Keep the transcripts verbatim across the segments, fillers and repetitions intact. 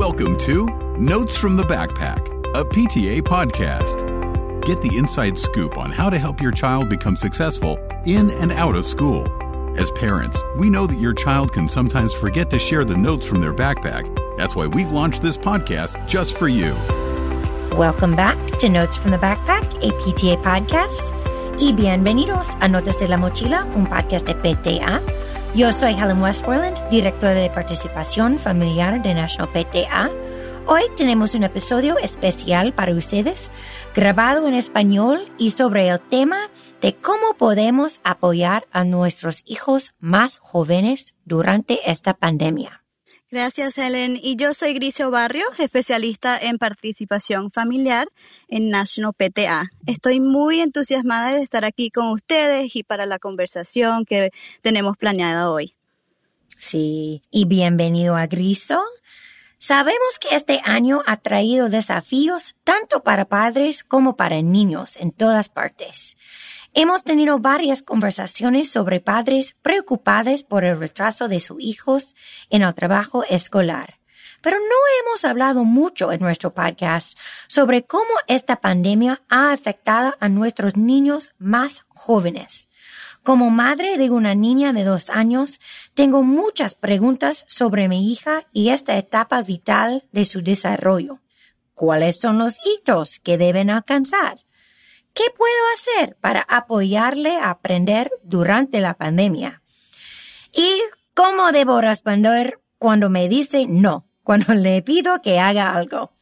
Welcome to Notes from the Backpack, a P T A podcast. Get the inside scoop on how to help your child become successful in and out of school. As parents, we know that your child can sometimes forget to share the notes from their backpack. That's why we've launched this podcast just for you. Welcome back to Notes from the Backpack, a P T A podcast. Y bienvenidos a Notas de la Mochila, un podcast de P T A. Yo soy Helen Westmoreland, directora de participación familiar de National P T A. Hoy tenemos un episodio especial para ustedes, grabado en español y sobre el tema de cómo podemos apoyar a nuestros hijos más jóvenes durante esta pandemia. Gracias, Helen. Y yo soy Gricio Barrio, especialista en participación familiar en National P T A. Estoy muy entusiasmada de estar aquí con ustedes y para la conversación que tenemos planeada hoy. Sí, y bienvenido a Gricio. Sabemos que este año ha traído desafíos tanto para padres como para niños en todas partes. Hemos tenido varias conversaciones sobre padres preocupados por el retraso de sus hijos en el trabajo escolar. Pero no hemos hablado mucho en nuestro podcast sobre cómo esta pandemia ha afectado a nuestros niños más jóvenes. Como madre de una niña de dos años, tengo muchas preguntas sobre mi hija y esta etapa vital de su desarrollo. ¿Cuáles son los hitos que deben alcanzar? ¿Qué puedo hacer para apoyarle a aprender durante la pandemia? ¿Y cómo debo responder cuando me dice no, cuando le pido que haga algo?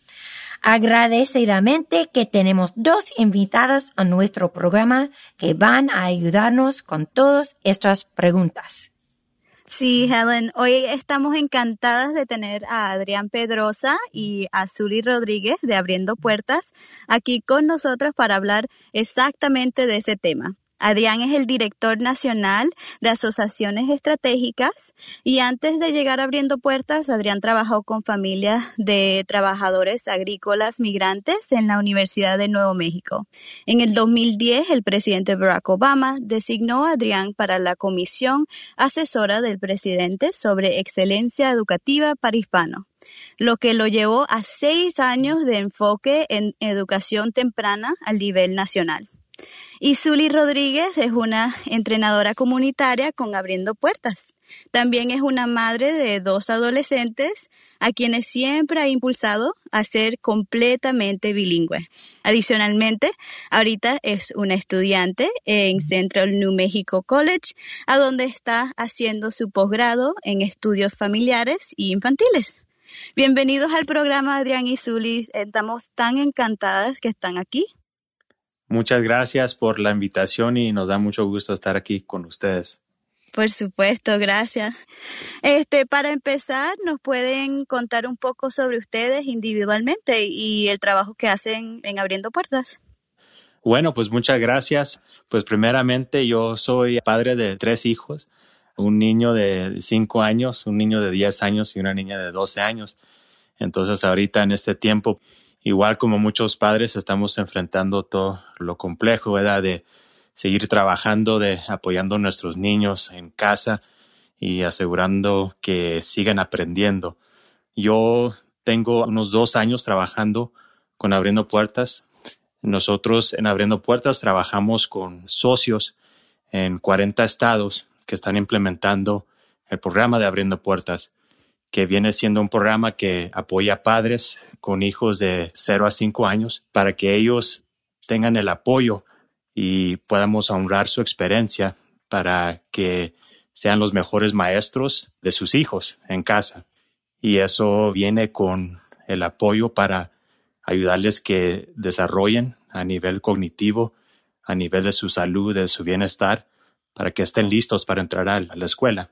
Agradecidamente que tenemos dos invitadas a nuestro programa que van a ayudarnos con todas estas preguntas. Sí, Helen, hoy estamos encantadas de tener a Adrián Pedrosa y a Zuly Rodríguez de Abriendo Puertas aquí con nosotros para hablar exactamente de ese tema. Adrián es el director nacional de asociaciones estratégicas y antes de llegar a Abriendo Puertas, Adrián trabajó con familias de trabajadores agrícolas migrantes en la Universidad de Nuevo México. En el dos mil diez, el presidente Barack Obama designó a Adrián para la Comisión Asesora del Presidente sobre Excelencia Educativa para Hispanos, lo que lo llevó a seis años de enfoque en educación temprana al nivel nacional. Y Zuly Rodríguez es una entrenadora comunitaria con Abriendo Puertas. También es una madre de dos adolescentes a quienes siempre ha impulsado a ser completamente bilingüe. Adicionalmente, ahorita es una estudiante en Central New Mexico College, a donde está haciendo su posgrado en estudios familiares y infantiles. Bienvenidos al programa, Adrián y Zuly. Estamos tan encantadas que están aquí. Muchas gracias por la invitación y nos da mucho gusto estar aquí con ustedes. Por supuesto, gracias. Este, para empezar, ¿nos pueden contar un poco sobre ustedes individualmente y el trabajo que hacen en Abriendo Puertas? Bueno, pues muchas gracias. Pues primeramente yo soy padre de tres hijos, un niño de cinco años, un niño de diez años y una niña de doce años. Entonces ahorita en este tiempo, igual como muchos padres, estamos enfrentando todo lo complejo, ¿verdad? De seguir trabajando, de apoyando a nuestros niños en casa y asegurando que sigan aprendiendo. Yo tengo unos dos años trabajando con Abriendo Puertas. Nosotros en Abriendo Puertas trabajamos con socios en cuarenta estados que están implementando el programa de Abriendo Puertas, que viene siendo un programa que apoya a padres con hijos de cero a cinco años para que ellos tengan el apoyo y podamos honrar su experiencia para que sean los mejores maestros de sus hijos en casa. Y eso viene con el apoyo para ayudarles que desarrollen a nivel cognitivo, a nivel de su salud, de su bienestar, para que estén listos para entrar a la escuela.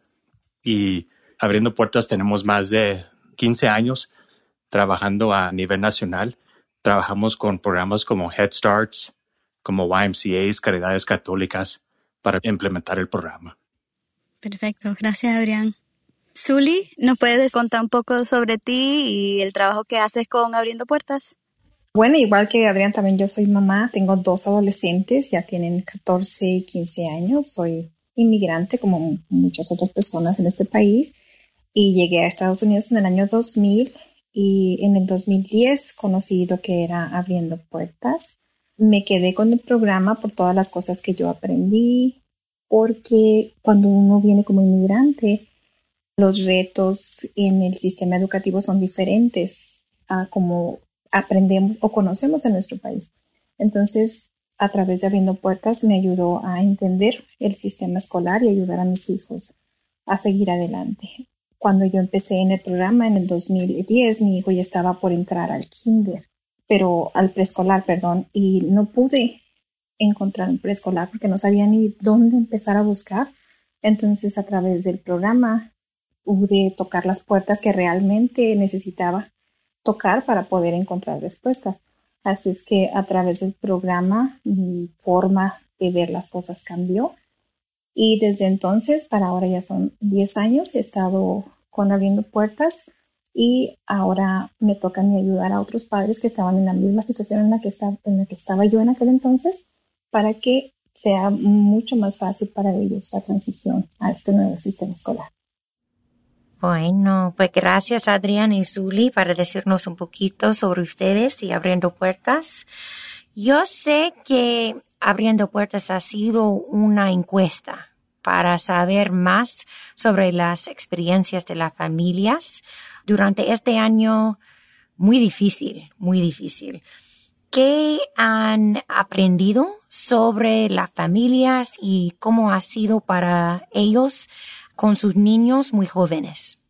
Y Abriendo Puertas tenemos más de quince años trabajando a nivel nacional. Trabajamos con programas como Head Starts, como Y M C As, Caridades Católicas, para implementar el programa. Perfecto, gracias, Adrián. Zuly, ¿nos puedes contar un poco sobre ti y el trabajo que haces con Abriendo Puertas? Bueno, igual que Adrián, también yo soy mamá. Tengo dos adolescentes, ya tienen catorce y quince años. Soy inmigrante como muchas otras personas en este país y llegué a Estados Unidos en el año dos mil y en el dos mil diez conocí lo que era Abriendo Puertas. Me quedé con el programa por todas las cosas que yo aprendí, porque cuando uno viene como inmigrante, los retos en el sistema educativo son diferentes a como aprendemos o conocemos en nuestro país. Entonces, a través de Abriendo Puertas me ayudó a entender el sistema escolar y ayudar a mis hijos a seguir adelante. Cuando yo empecé en el programa en el dos mil diez, mi hijo ya estaba por entrar al kinder, pero al preescolar, perdón, y no pude encontrar un preescolar porque no sabía ni dónde empezar a buscar. Entonces, a través del programa pude tocar las puertas que realmente necesitaba tocar para poder encontrar respuestas. Así es que a través del programa mi forma de ver las cosas cambió. Y desde entonces, para ahora ya son diez años, he estado con Abriendo Puertas y ahora me toca a mí ayudar a otros padres que estaban en la misma situación en la que, está, en la que estaba yo en aquel entonces, para que sea mucho más fácil para ellos la transición a este nuevo sistema escolar. Bueno, pues gracias Adrián y Zuli para decirnos un poquito sobre ustedes y Abriendo Puertas. Yo sé que Abriendo Puertas ha sido una encuesta para saber más sobre las experiencias de las familias durante este año muy difícil, muy difícil. ¿Qué han aprendido sobre las familias y cómo ha sido para ellos con sus niños muy jóvenes?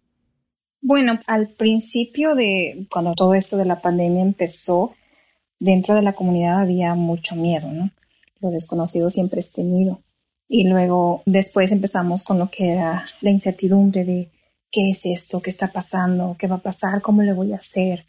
Bueno, al principio de cuando todo esto de la pandemia empezó, dentro de la comunidad había mucho miedo, ¿no? Lo desconocido siempre es temido. Y luego después empezamos con lo que era la incertidumbre de ¿qué es esto? ¿Qué está pasando? ¿Qué va a pasar? ¿Cómo le voy a hacer?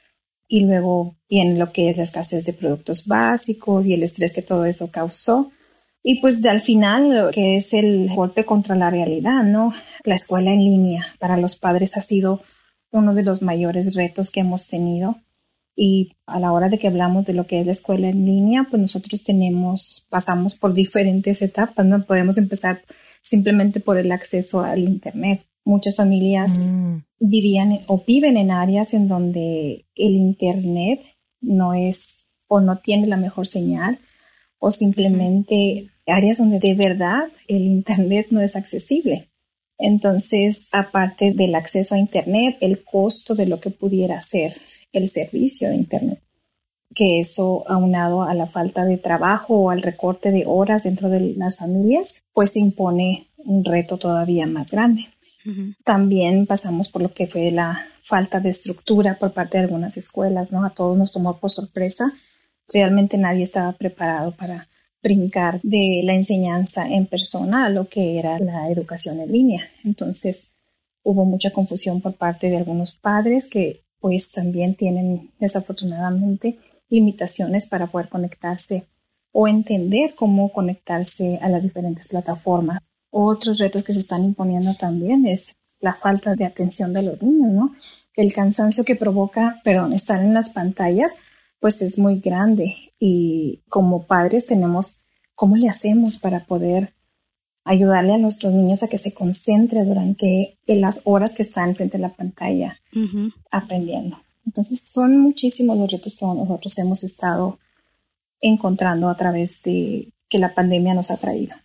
Y luego viene lo que es la escasez de productos básicos y el estrés que todo eso causó. Y pues de, al final lo que es el golpe contra la realidad, ¿no? La escuela en línea para los padres ha sido uno de los mayores retos que hemos tenido. Y a la hora de que hablamos de lo que es la escuela en línea, pues nosotros tenemos, pasamos por diferentes etapas, ¿no? Podemos empezar simplemente por el acceso al Internet. Muchas familias mm. vivían o viven en áreas en donde el Internet no es o no tiene la mejor señal, o simplemente áreas donde de verdad el Internet no es accesible. Entonces, aparte del acceso a Internet, el costo de lo que pudiera ser el servicio de Internet, que eso aunado a la falta de trabajo o al recorte de horas dentro de las familias, pues impone un reto todavía más grande. Uh-huh. También pasamos por lo que fue la falta de estructura por parte de algunas escuelas, ¿no? A todos nos tomó por sorpresa. Realmente nadie estaba preparado para brincar de la enseñanza en persona a lo que era la educación en línea. Entonces hubo mucha confusión por parte de algunos padres que pues también tienen desafortunadamente limitaciones para poder conectarse o entender cómo conectarse a las diferentes plataformas. Otros retos que se están imponiendo también es la falta de atención de los niños, ¿no? El cansancio que provoca, perdón, estar en las pantallas pues es muy grande y como padres tenemos, ¿cómo le hacemos para poder ayudarle a nuestros niños a que se concentre durante las horas que están frente a la pantalla uh-huh. aprendiendo? Entonces son muchísimos los retos que nosotros hemos estado encontrando a través de que la pandemia nos ha traído.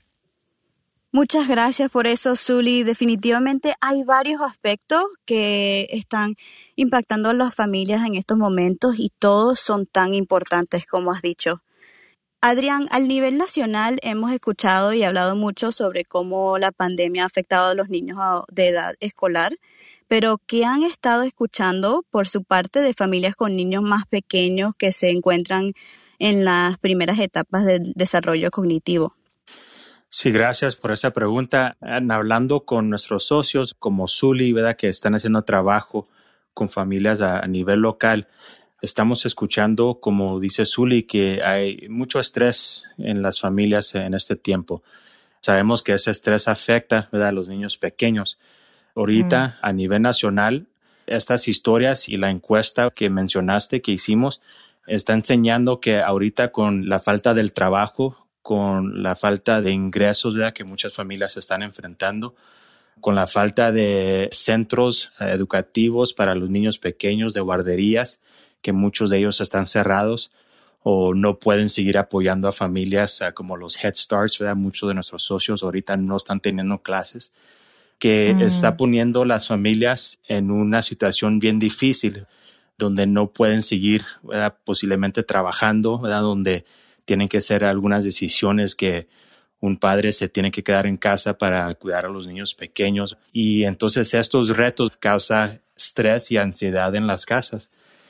Muchas gracias por eso, Zuli. Definitivamente hay varios aspectos que están impactando a las familias en estos momentos y todos son tan importantes como has dicho. Adrián, al nivel nacional hemos escuchado y hablado mucho sobre cómo la pandemia ha afectado a los niños de edad escolar, pero ¿qué han estado escuchando por su parte de familias con niños más pequeños que se encuentran en las primeras etapas del desarrollo cognitivo? Sí, gracias por esa pregunta. Hablando con nuestros socios como Zuli, ¿verdad?, que están haciendo trabajo con familias a, a nivel local, estamos escuchando, como dice Zuli, que hay mucho estrés en las familias en este tiempo. Sabemos que ese estrés afecta, ¿verdad?, a los niños pequeños. Ahorita, mm. a nivel nacional, estas historias y la encuesta que mencionaste que hicimos está enseñando que ahorita con la falta del trabajo, con la falta de ingresos, ¿verdad?, que muchas familias están enfrentando, con la falta de centros educativos para los niños pequeños, de guarderías, que muchos de ellos están cerrados o no pueden seguir apoyando a familias uh, como los Head Starts, ¿verdad? Muchos de nuestros socios ahorita no están teniendo clases, que mm. está poniendo las familias en una situación bien difícil, donde no pueden seguir, ¿verdad? Posiblemente trabajando, ¿verdad? Donde tienen que hacer algunas decisiones que un padre se tiene que quedar en casa para cuidar a los niños pequeños. Y entonces estos retos causan estrés y ansiedad en las casas.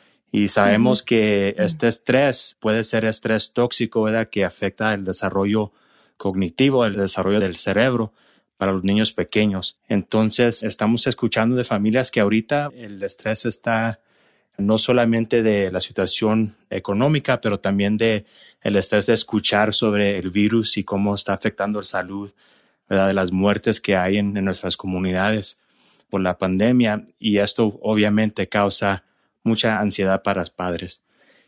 Y sabemos uh-huh. que este estrés puede ser estrés tóxico, ¿verdad? Que afecta el desarrollo cognitivo, el desarrollo del cerebro para los niños pequeños. Entonces, estamos escuchando de familias que ahorita el estrés está no solamente de la situación económica, pero también de el estrés de escuchar sobre el virus y cómo está afectando la salud, ¿verdad? De las muertes que hay en, en nuestras comunidades por la pandemia. Y esto obviamente causa mucha ansiedad para los padres.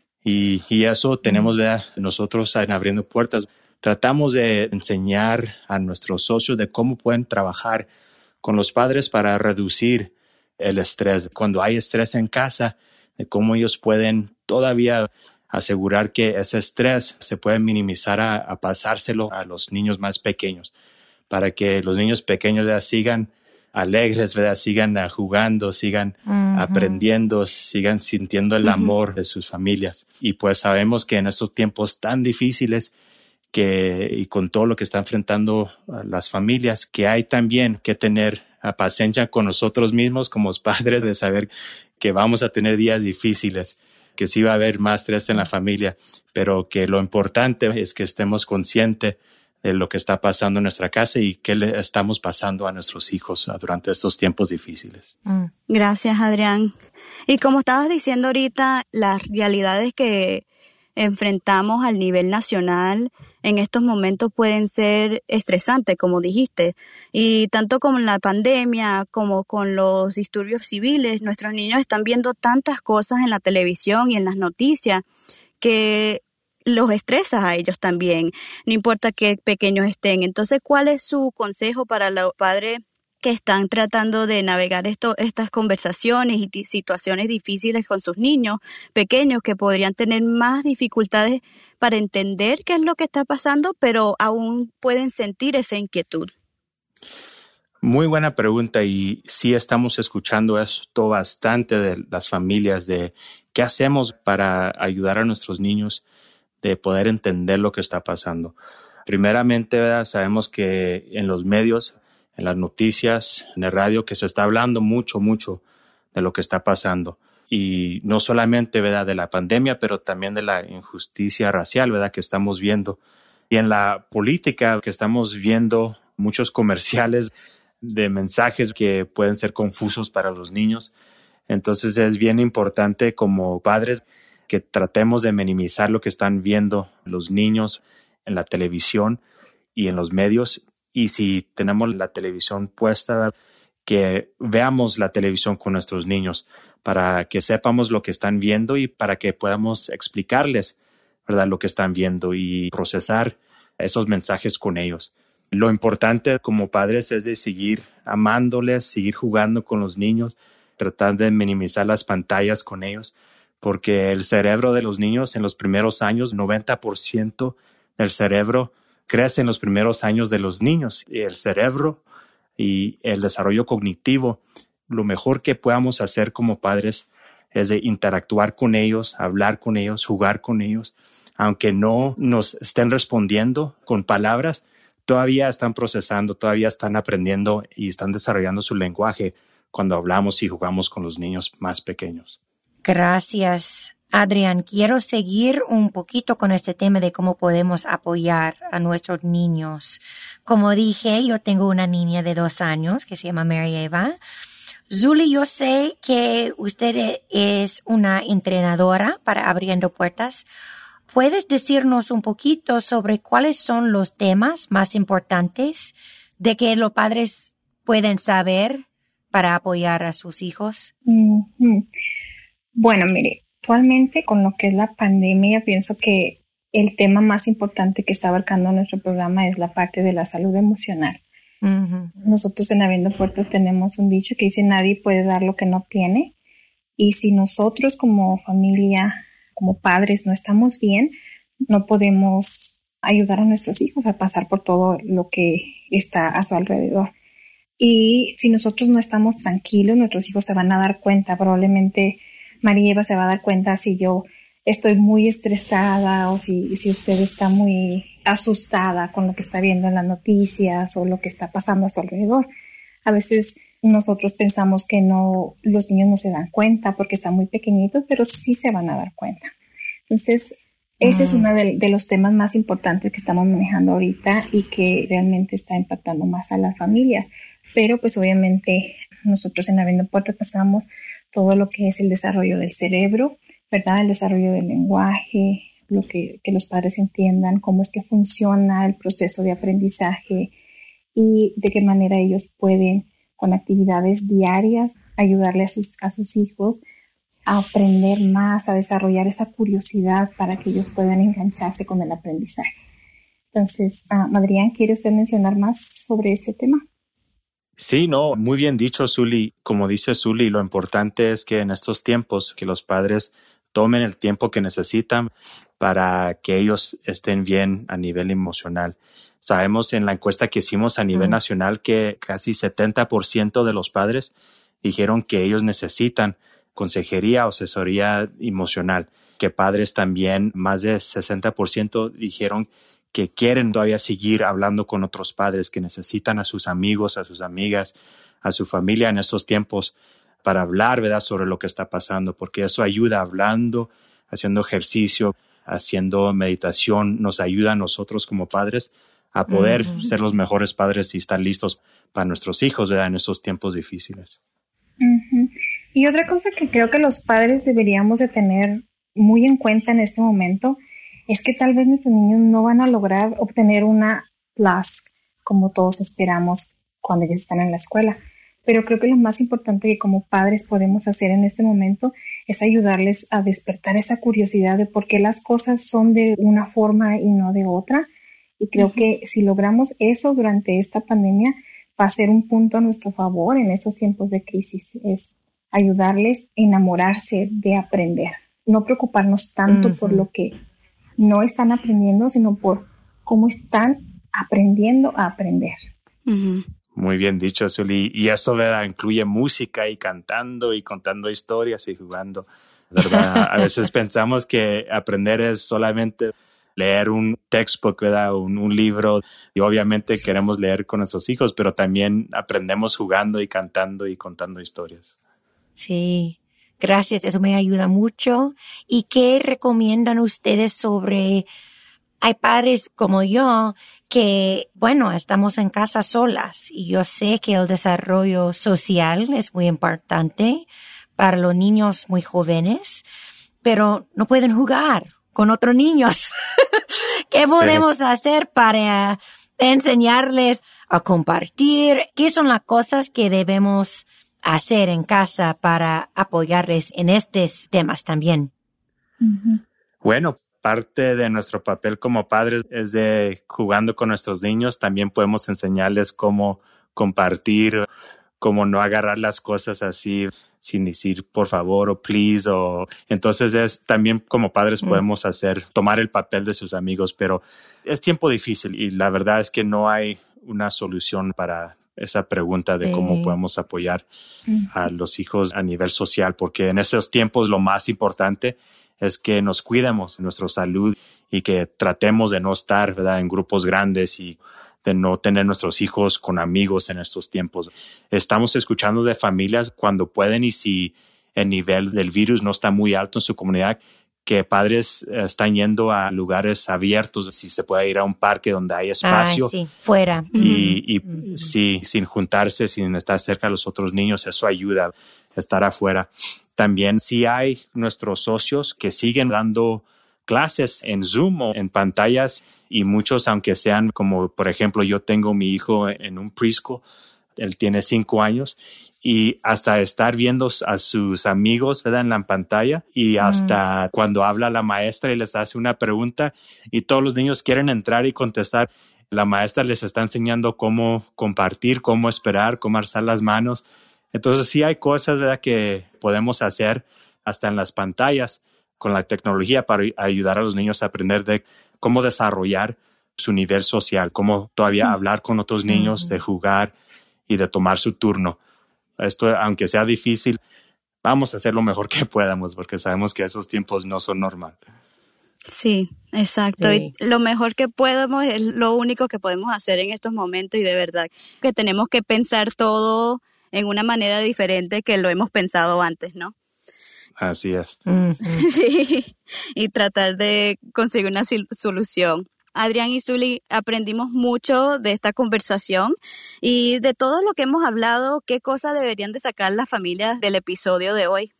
Y, y eso tenemos, ¿verdad? Nosotros en Abriendo Puertas tratamos de enseñar a nuestros socios de cómo pueden trabajar con los padres para reducir el estrés. Cuando hay estrés en casa, de cómo ellos pueden todavía asegurar que ese estrés se puede minimizar a, a pasárselo a los niños más pequeños, para que los niños pequeños, ¿verdad? Sigan alegres, ¿verdad? Sigan uh, jugando, sigan uh-huh. aprendiendo, sigan sintiendo el uh-huh. amor de sus familias. Y pues sabemos que en estos tiempos tan difíciles que, y con todo lo que están enfrentando uh, las familias, que hay también que tener uh, paciencia con nosotros mismos como padres, de saber que vamos a tener días difíciles, que sí va a haber más estrés en la familia, pero que lo importante es que estemos conscientes de lo que está pasando en nuestra casa y qué le estamos pasando a nuestros hijos durante estos tiempos difíciles. Gracias, Adrián. Y como estabas diciendo ahorita, las realidades que enfrentamos al nivel nacional en estos momentos pueden ser estresantes, como dijiste. Y tanto con la pandemia como con los disturbios civiles, nuestros niños están viendo tantas cosas en la televisión y en las noticias que los estresa a ellos también, no importa qué pequeños estén. Entonces, ¿cuál es su consejo para los padres que están tratando de navegar esto, estas conversaciones y t- situaciones difíciles con sus niños pequeños que podrían tener más dificultades para entender qué es lo que está pasando, pero aún pueden sentir esa inquietud? Muy buena pregunta, y sí estamos escuchando esto bastante de las familias, de qué hacemos para ayudar a nuestros niños de poder entender lo que está pasando. Primeramente, ¿verdad? Sabemos que en los medios, en las noticias, en el radio, que se está hablando mucho, mucho de lo que está pasando. Y no solamente, ¿verdad?, de la pandemia, pero también de la injusticia racial, ¿verdad?, que estamos viendo. Y en la política, que estamos viendo muchos comerciales de mensajes que pueden ser confusos para los niños. Entonces es bien importante como padres que tratemos de minimizar lo que están viendo los niños en la televisión y en los medios. Y si tenemos la televisión puesta, que veamos la televisión con nuestros niños para que sepamos lo que están viendo y para que podamos explicarles, ¿verdad?, lo que están viendo y procesar esos mensajes con ellos. Lo importante como padres es de seguir amándoles, seguir jugando con los niños, tratar de minimizar las pantallas con ellos, porque el cerebro de los niños en los primeros años, noventa por ciento del cerebro crece en los primeros años de los niños. Y el cerebro y el desarrollo cognitivo, lo mejor que podamos hacer como padres es de interactuar con ellos, hablar con ellos, jugar con ellos. Aunque no nos estén respondiendo con palabras, todavía están procesando, todavía están aprendiendo y están desarrollando su lenguaje cuando hablamos y jugamos con los niños más pequeños. Gracias, Adrián. Quiero seguir un poquito con este tema de cómo podemos apoyar a nuestros niños. Como dije, yo tengo una niña de dos años que se llama Mary Eva. Zuli, yo sé que usted es una entrenadora para Abriendo Puertas. ¿Puedes decirnos un poquito sobre cuáles son los temas más importantes de que los padres pueden saber para apoyar a sus hijos? Mm-hmm. Bueno, mire, actualmente con lo que es la pandemia, pienso que el tema más importante que está abarcando nuestro programa es la parte de la salud emocional. Uh-huh. Nosotros en Abriendo Puertas tenemos un dicho que dice nadie puede dar lo que no tiene. Y si nosotros como familia, como padres, no estamos bien, no podemos ayudar a nuestros hijos a pasar por todo lo que está a su alrededor. Y si nosotros no estamos tranquilos, nuestros hijos se van a dar cuenta. Probablemente María Eva se va a dar cuenta si yo estoy muy estresada o si, si usted está muy asustada con lo que está viendo en las noticias o lo que está pasando a su alrededor. A veces nosotros pensamos que no, los niños no se dan cuenta porque están muy pequeñitos, pero sí se van a dar cuenta. Entonces, ese mm. es uno de, de los temas más importantes que estamos manejando ahorita y que realmente está impactando más a las familias. Pero pues obviamente nosotros en Abriendo Puertas pasamos todo lo que es el desarrollo del cerebro, ¿verdad? El desarrollo del lenguaje, lo que, que los padres entiendan cómo es que funciona el proceso de aprendizaje y de qué manera ellos pueden, con actividades diarias, ayudarle a sus, a sus hijos a aprender más, a desarrollar esa curiosidad para que ellos puedan engancharse con el aprendizaje. Entonces, uh, Madrián, ¿quiere usted mencionar más sobre este tema? Sí, no, muy bien dicho, Zuli. Como dice Zuli, lo importante es que en estos tiempos que los padres tomen el tiempo que necesitan para que ellos estén bien a nivel emocional. Sabemos en la encuesta que hicimos a nivel mm. nacional que casi setenta por ciento de los padres dijeron que ellos necesitan consejería o asesoría emocional, que padres también, más de sesenta por ciento dijeron que quieren todavía seguir hablando con otros padres, que necesitan a sus amigos, a sus amigas, a su familia en estos tiempos para hablar, ¿verdad?, sobre lo que está pasando, porque eso ayuda hablando, haciendo ejercicio, haciendo meditación, nos ayuda a nosotros como padres a poder uh-huh. ser los mejores padres y estar listos para nuestros hijos, ¿verdad?, en esos tiempos difíciles. Uh-huh. Y otra cosa que creo que los padres deberíamos de tener muy en cuenta en este momento es que tal vez nuestros niños no van a lograr obtener una plus como todos esperamos cuando ellos están en la escuela. Pero creo que lo más importante que como padres podemos hacer en este momento es ayudarles a despertar esa curiosidad de por qué las cosas son de una forma y no de otra. Y creo uh-huh. que si logramos eso durante esta pandemia va a ser un punto a nuestro favor en estos tiempos de crisis. Es ayudarles a enamorarse de aprender. No preocuparnos tanto uh-huh. por lo que no están aprendiendo, sino por cómo están aprendiendo a aprender. Uh-huh. Muy bien dicho, Zuli. Y eso, ¿verdad?, incluye música y cantando y contando historias y jugando, ¿verdad? A veces pensamos que aprender es solamente leer un textbook, ¿verdad?, un, un libro. Y obviamente sí. queremos leer con nuestros hijos, pero también aprendemos jugando y cantando y contando historias. Sí. Gracias, eso me ayuda mucho. ¿Y qué recomiendan ustedes sobre, hay padres como yo que, bueno, estamos en casa solas y yo sé que el desarrollo social es muy importante para los niños muy jóvenes, pero no pueden jugar con otros niños? ¿Qué sí. podemos hacer para enseñarles a compartir? ¿Qué son las cosas que debemos hacer en casa para apoyarles en estos temas también? Uh-huh. Bueno, parte de nuestro papel como padres es de jugando con nuestros niños. También podemos enseñarles cómo compartir, cómo no agarrar las cosas así sin decir por favor o please. O entonces es también como padres uh-huh. podemos hacer, tomar el papel de sus amigos, pero es tiempo difícil y la verdad es que no hay una solución para esa pregunta de sí. cómo podemos apoyar uh-huh. a los hijos a nivel social, porque en esos tiempos lo más importante es que nos cuidemos de nuestra salud y que tratemos de no estar, ¿verdad?, en grupos grandes y de no tener nuestros hijos con amigos en estos tiempos. Estamos escuchando de familias cuando pueden y si el nivel del virus no está muy alto en su comunidad, que padres están yendo a lugares abiertos, si se puede ir a un parque donde hay espacio. Ah, sí, fuera. Y, y uh-huh. sí, sin juntarse, sin estar cerca de los otros niños, eso ayuda a estar afuera. También sí hay nuestros socios que siguen dando clases en Zoom o en pantallas y muchos, aunque sean como, por ejemplo, yo tengo mi hijo en un preschool, él tiene cinco años y hasta estar viendo a sus amigos, ¿verdad?, en la pantalla y hasta mm. cuando habla la maestra y les hace una pregunta y todos los niños quieren entrar y contestar. La maestra les está enseñando cómo compartir, cómo esperar, cómo alzar las manos. Entonces sí hay cosas, ¿verdad?, que podemos hacer hasta en las pantallas con la tecnología para ayudar a los niños a aprender de cómo desarrollar su nivel social, cómo todavía hablar con otros niños, de jugar y de tomar su turno. Esto, aunque sea difícil, vamos a hacer lo mejor que podamos porque sabemos que esos tiempos no son normal. Sí, exacto. Sí. Y lo mejor que podemos es lo único que podemos hacer en estos momentos, y de verdad que tenemos que pensar todo en una manera diferente que lo hemos pensado antes, ¿no? Así es. Mm-hmm. Sí, y tratar de conseguir una sil- solución. Adrián y Zuli, aprendimos mucho de esta conversación y de todo lo que hemos hablado. ¿Qué cosas deberían de sacar las familias del episodio de hoy?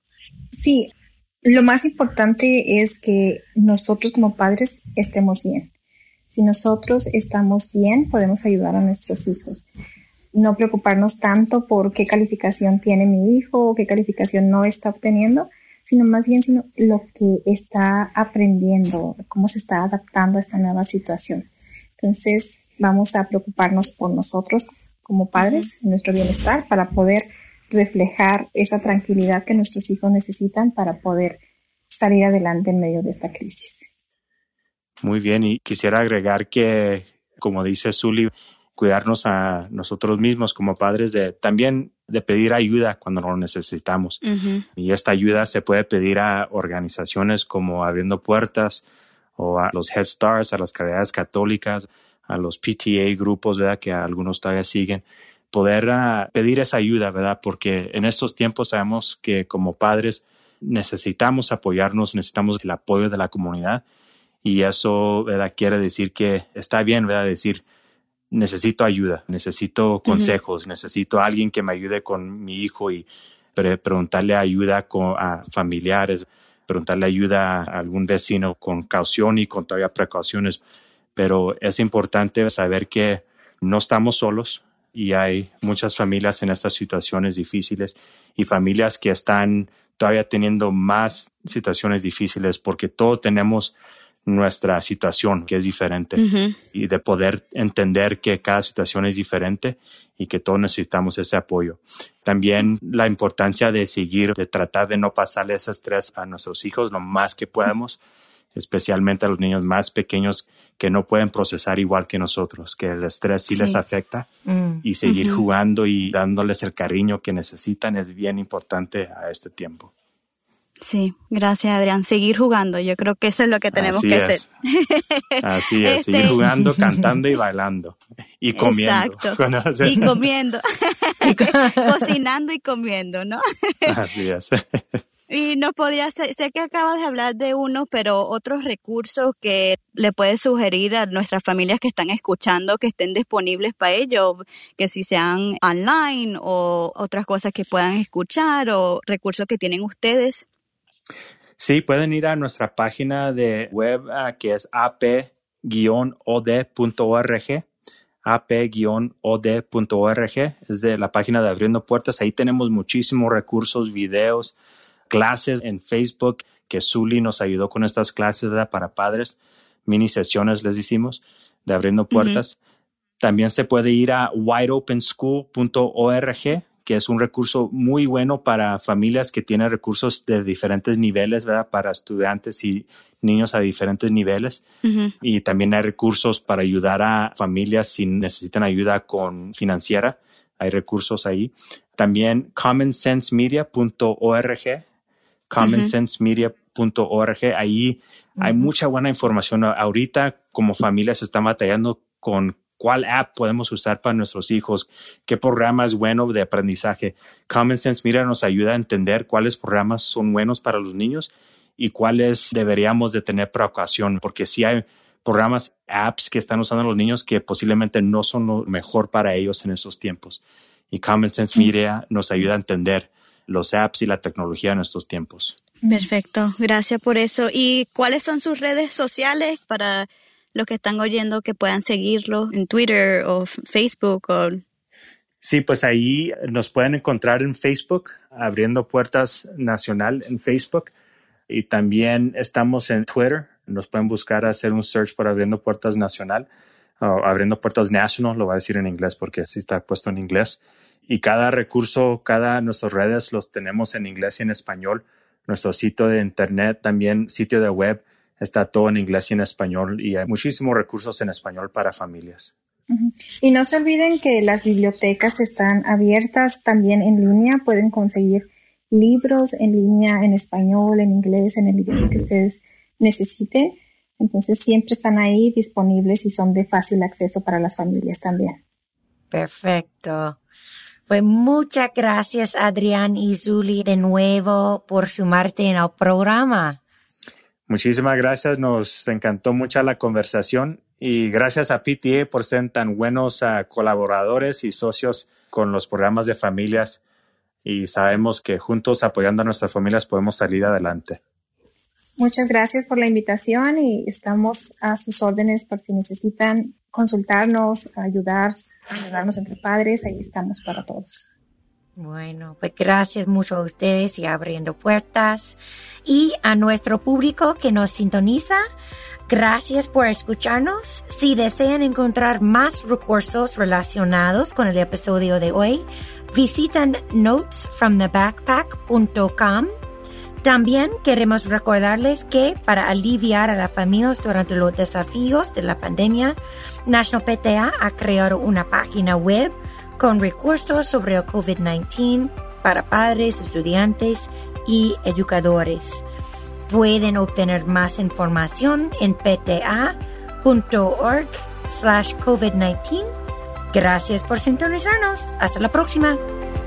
Sí, lo más importante es que nosotros como padres estemos bien. Si nosotros estamos bien, podemos ayudar a nuestros hijos. No preocuparnos tanto por qué calificación tiene mi hijo o qué calificación no está obteniendo, sino más bien sino lo que está aprendiendo, cómo se está adaptando a esta nueva situación. Entonces, vamos a preocuparnos por nosotros como padres, uh-huh. nuestro bienestar, para poder reflejar esa tranquilidad que nuestros hijos necesitan para poder salir adelante en medio de esta crisis. Muy bien, y quisiera agregar que, como dice Zuli, cuidarnos a nosotros mismos como padres, de también de pedir ayuda cuando lo necesitamos. Uh-huh. Y esta ayuda se puede pedir a organizaciones como Abriendo Puertas o a los Head Starts, a las Caridades Católicas, a los P T A grupos, ¿verdad?, que algunos todavía siguen. Poder uh, pedir esa ayuda, ¿verdad? Porque en estos tiempos sabemos que como padres necesitamos apoyarnos, necesitamos el apoyo de la comunidad, y eso, ¿verdad?, quiere decir que está bien, ¿verdad?, decir necesito ayuda, necesito consejos, uh-huh. necesito a alguien que me ayude con mi hijo, y pre- preguntarle ayuda con, a familiares, preguntarle ayuda a algún vecino con caución y con todavía precauciones. Pero es importante saber que no estamos solos y hay muchas familias en estas situaciones difíciles y familias que están todavía teniendo más situaciones difíciles porque todos tenemos nuestra situación que es diferente, uh-huh. y de poder entender que cada situación es diferente y que todos necesitamos ese apoyo. También la importancia de seguir, de tratar de no pasarle ese estrés a nuestros hijos lo más que podamos, especialmente a los niños más pequeños que no pueden procesar igual que nosotros, que el estrés sí, sí. les afecta, mm. y seguir uh-huh. jugando y dándoles el cariño que necesitan es bien importante a este tiempo. Sí, gracias, Adrián. Seguir jugando, yo creo que eso es lo que tenemos Así que es. hacer. Así es, este... seguir jugando, cantando y bailando. Y comiendo. Exacto, y comiendo. Cocinando y comiendo, ¿no? Así es. Y nos podría, sé, sé que acabas de hablar de uno, pero otros recursos que le puedes sugerir a nuestras familias que están escuchando, que estén disponibles para ello, que si sean online o otras cosas que puedan escuchar o recursos que tienen ustedes. Sí, pueden ir a nuestra página de web uh, que es a p guion o d punto org. a p guion o d punto org es de la página de Abriendo Puertas. Ahí tenemos muchísimos recursos, videos, clases en Facebook, que Zuli nos ayudó con estas clases, ¿verdad?, para padres, mini sesiones les decimos, de Abriendo Puertas. Uh-huh. También se puede ir a wide open school punto org, que es un recurso muy bueno para familias que tienen recursos de diferentes niveles, ¿verdad?, para estudiantes y niños a diferentes niveles. Uh-huh. Y también hay recursos para ayudar a familias si necesitan ayuda con financiera. Hay recursos ahí. También common sense media punto org, common sense media punto org. Ahí uh-huh. hay mucha buena información. Ahorita, como familias, se están batallando con cuál app podemos usar para nuestros hijos, qué programa es bueno de aprendizaje. Common Sense Media nos ayuda a entender cuáles programas son buenos para los niños y cuáles deberíamos de tener precaución, porque sí hay programas, apps que están usando los niños que posiblemente no son lo mejor para ellos en esos tiempos. Y Common Sense Media nos ayuda a entender los apps y la tecnología en estos tiempos. Perfecto, gracias por eso. ¿Y cuáles son sus redes sociales para los que están oyendo que puedan seguirlo en Twitter o Facebook? O... Sí, pues ahí nos pueden encontrar en Facebook, Abriendo Puertas Nacional en Facebook. Y también estamos en Twitter. Nos pueden buscar, hacer un search por Abriendo Puertas Nacional. uh, Abriendo Puertas National, lo voy a decir en inglés porque sí está puesto en inglés. Y cada recurso, cada nuestras redes los tenemos en inglés y en español. Nuestro sitio de internet, también sitio de web, está todo en inglés y en español. Y hay muchísimos recursos en español para familias. Uh-huh. Y no se olviden que las bibliotecas están abiertas también en línea. Pueden conseguir libros en línea en español, en inglés, en el idioma que ustedes necesiten. Entonces siempre están ahí disponibles y son de fácil acceso para las familias también. Perfecto. Pues muchas gracias, Adrián y Zuli, de nuevo por sumarte en el programa. Muchísimas gracias. Nos encantó mucho la conversación y gracias a P T A por ser tan buenos uh, colaboradores y socios con los programas de familias. Y sabemos que juntos, apoyando a nuestras familias, podemos salir adelante. Muchas gracias por la invitación y estamos a sus órdenes por si necesitan consultarnos, ayudar, ayudarnos entre padres. Ahí estamos para todos. Bueno, pues gracias mucho a ustedes y Abriendo Puertas. Y a nuestro público que nos sintoniza, gracias por escucharnos. Si desean encontrar más recursos relacionados con el episodio de hoy, visitan notes from the backpack punto com. También queremos recordarles que para aliviar a las familias durante los desafíos de la pandemia, National P T A ha creado una página web con recursos sobre el COVID diecinueve para padres, estudiantes y educadores. Pueden obtener más información en pta punto org slash COVID diecinueve. Gracias por sintonizarnos. Hasta la próxima.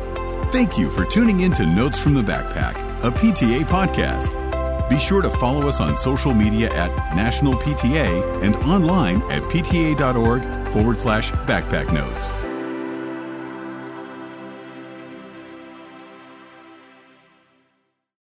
Thank you for tuning in to Notes from the Backpack, a P T A podcast. Be sure to follow us on social media at National P T A and online at pta.org forward slash backpack notes.